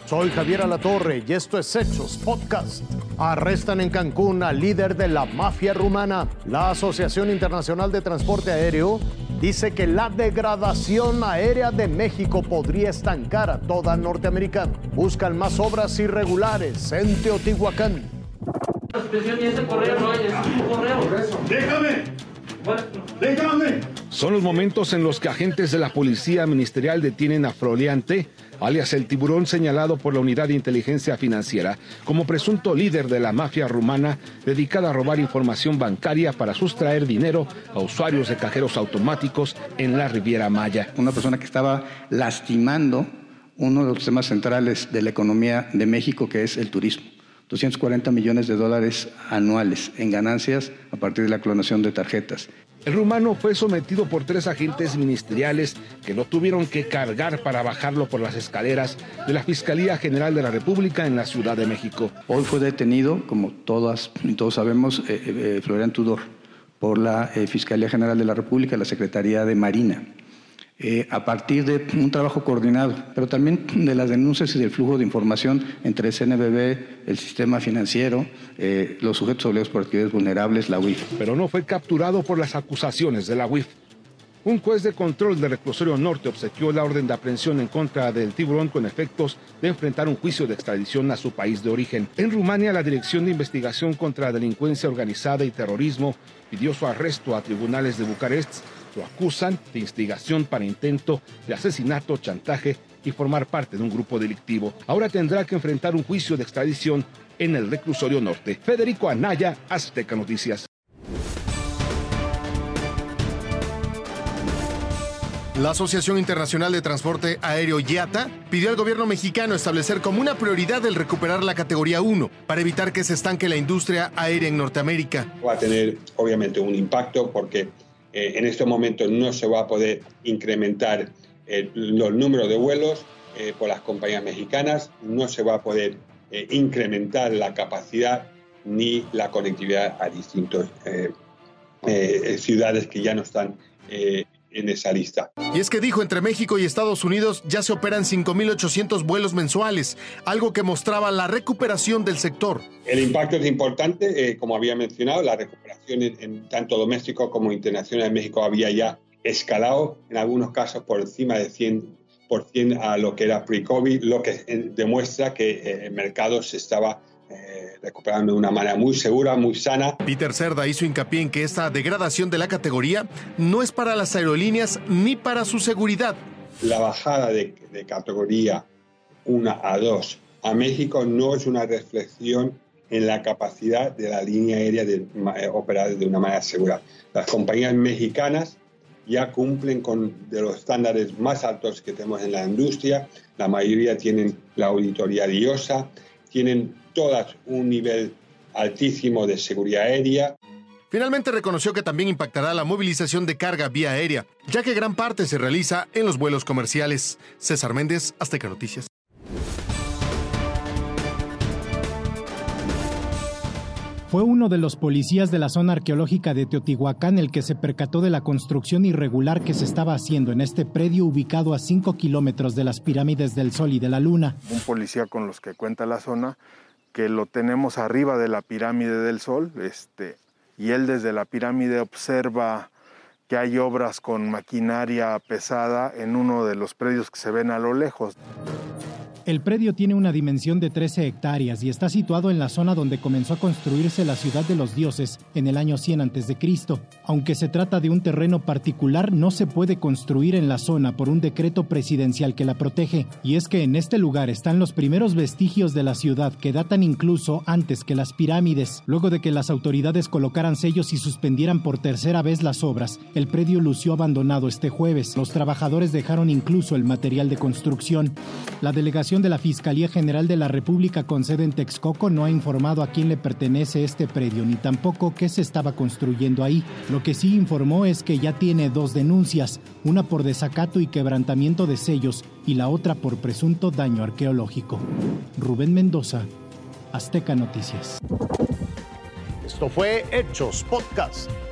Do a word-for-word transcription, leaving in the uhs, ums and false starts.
Soy Javier Alatorre y esto es Hechos Podcast. Arrestan en Cancún al líder de la mafia rumana. La Asociación Internacional de Transporte Aéreo dice que la degradación aérea de México podría estancar a toda Norteamérica. Buscan más obras irregulares en Teotihuacán. ¡Déjame! ¡Déjame! Son los momentos en los que agentes de la Policía Ministerial detienen a Froliante, alias el tiburón, señalado por la Unidad de Inteligencia Financiera como presunto líder de la mafia rumana dedicada a robar información bancaria para sustraer dinero a usuarios de cajeros automáticos en la Riviera Maya. Una persona que estaba lastimando uno de los temas centrales de la economía de México, que es el turismo. doscientos cuarenta millones de dólares anuales en ganancias a partir de la clonación de tarjetas. El rumano fue sometido por tres agentes ministeriales que lo tuvieron que cargar para bajarlo por las escaleras de la Fiscalía General de la República en la Ciudad de México. Hoy fue detenido, como todas y todos sabemos, eh, eh, Florian Tudor, por la eh, Fiscalía General de la República, la Secretaría de Marina. Eh, a partir de un trabajo coordinado, pero también de las denuncias y del flujo de información entre C N B B, el sistema financiero, eh, los sujetos obligados por actividades vulnerables, la U I F. Pero no fue capturado por las acusaciones de la U I F. Un juez de control del Reclusorio Norte obsequió la orden de aprehensión en contra del tiburón con efectos de enfrentar un juicio de extradición a su país de origen. En Rumania, la Dirección de Investigación contra la Delincuencia Organizada y Terrorismo pidió su arresto a tribunales de Bucarest. Lo acusan de instigación para intento de asesinato, chantaje y formar parte de un grupo delictivo. Ahora tendrá que enfrentar un juicio de extradición en el Reclusorio Norte. Federico Anaya, Azteca Noticias. La Asociación Internacional de Transporte Aéreo I A T A pidió al gobierno mexicano establecer como una prioridad el recuperar la categoría uno para evitar que se estanque la industria aérea en Norteamérica. Va a tener obviamente un impacto porque eh, en estos momentos no se va a poder incrementar eh, los números de vuelos eh, por las compañías mexicanas, no se va a poder eh, incrementar la capacidad ni la conectividad a distintas eh, eh, ciudades que ya no están eh, en esa lista. Y es que dijo, entre México y Estados Unidos ya se operan cinco mil ochocientos vuelos mensuales, algo que mostraba la recuperación del sector. El impacto es importante, eh, como había mencionado, la recuperación en, en tanto doméstico como internacional en México había ya escalado, en algunos casos por encima de cien por ciento a lo que era pre-COVID, lo que eh, demuestra que eh, el mercado se estaba Eh, recuperando de una manera muy segura, muy sana. Peter Cerda hizo hincapié en que esta degradación de la categoría no es para las aerolíneas ni para su seguridad. La bajada de, de categoría uno a dos a México no es una reflexión en la capacidad de la línea aérea de eh, operar de una manera segura. Las compañías mexicanas ya cumplen con de los estándares más altos que tenemos en la industria. La mayoría tienen la auditoría de I O S A, tienen todas un nivel altísimo de seguridad aérea. Finalmente reconoció que también impactará la movilización de carga vía aérea, ya que gran parte se realiza en los vuelos comerciales. César Méndez, Azteca Noticias. Fue uno de los policías de la zona arqueológica de Teotihuacán el que se percató de la construcción irregular que se estaba haciendo en este predio ubicado a cinco kilómetros de las pirámides del Sol y de la Luna. Un policía con los que cuenta la zona, que lo tenemos arriba de la pirámide del Sol, este, y él desde la pirámide observa que hay obras con maquinaria pesada en uno de los predios que se ven a lo lejos. El predio tiene una dimensión de trece hectáreas y está situado en la zona donde comenzó a construirse la ciudad de los dioses en el año cien antes de Cristo. Aunque se trata de un terreno particular, no se puede construir en la zona por un decreto presidencial que la protege. Y es que en este lugar están los primeros vestigios de la ciudad que datan incluso antes que las pirámides. Luego de que las autoridades colocaran sellos y suspendieran por tercera vez las obras, el predio lució abandonado este jueves. Los trabajadores dejaron incluso el material de construcción. La delegación de la Fiscalía General de la República con sede en Texcoco no ha informado a quién le pertenece este predio, ni tampoco qué se estaba construyendo ahí. Lo que sí informó es que ya tiene dos denuncias, una por desacato y quebrantamiento de sellos y la otra por presunto daño arqueológico. Rubén Mendoza, Azteca Noticias. Esto fue Hechos Podcast.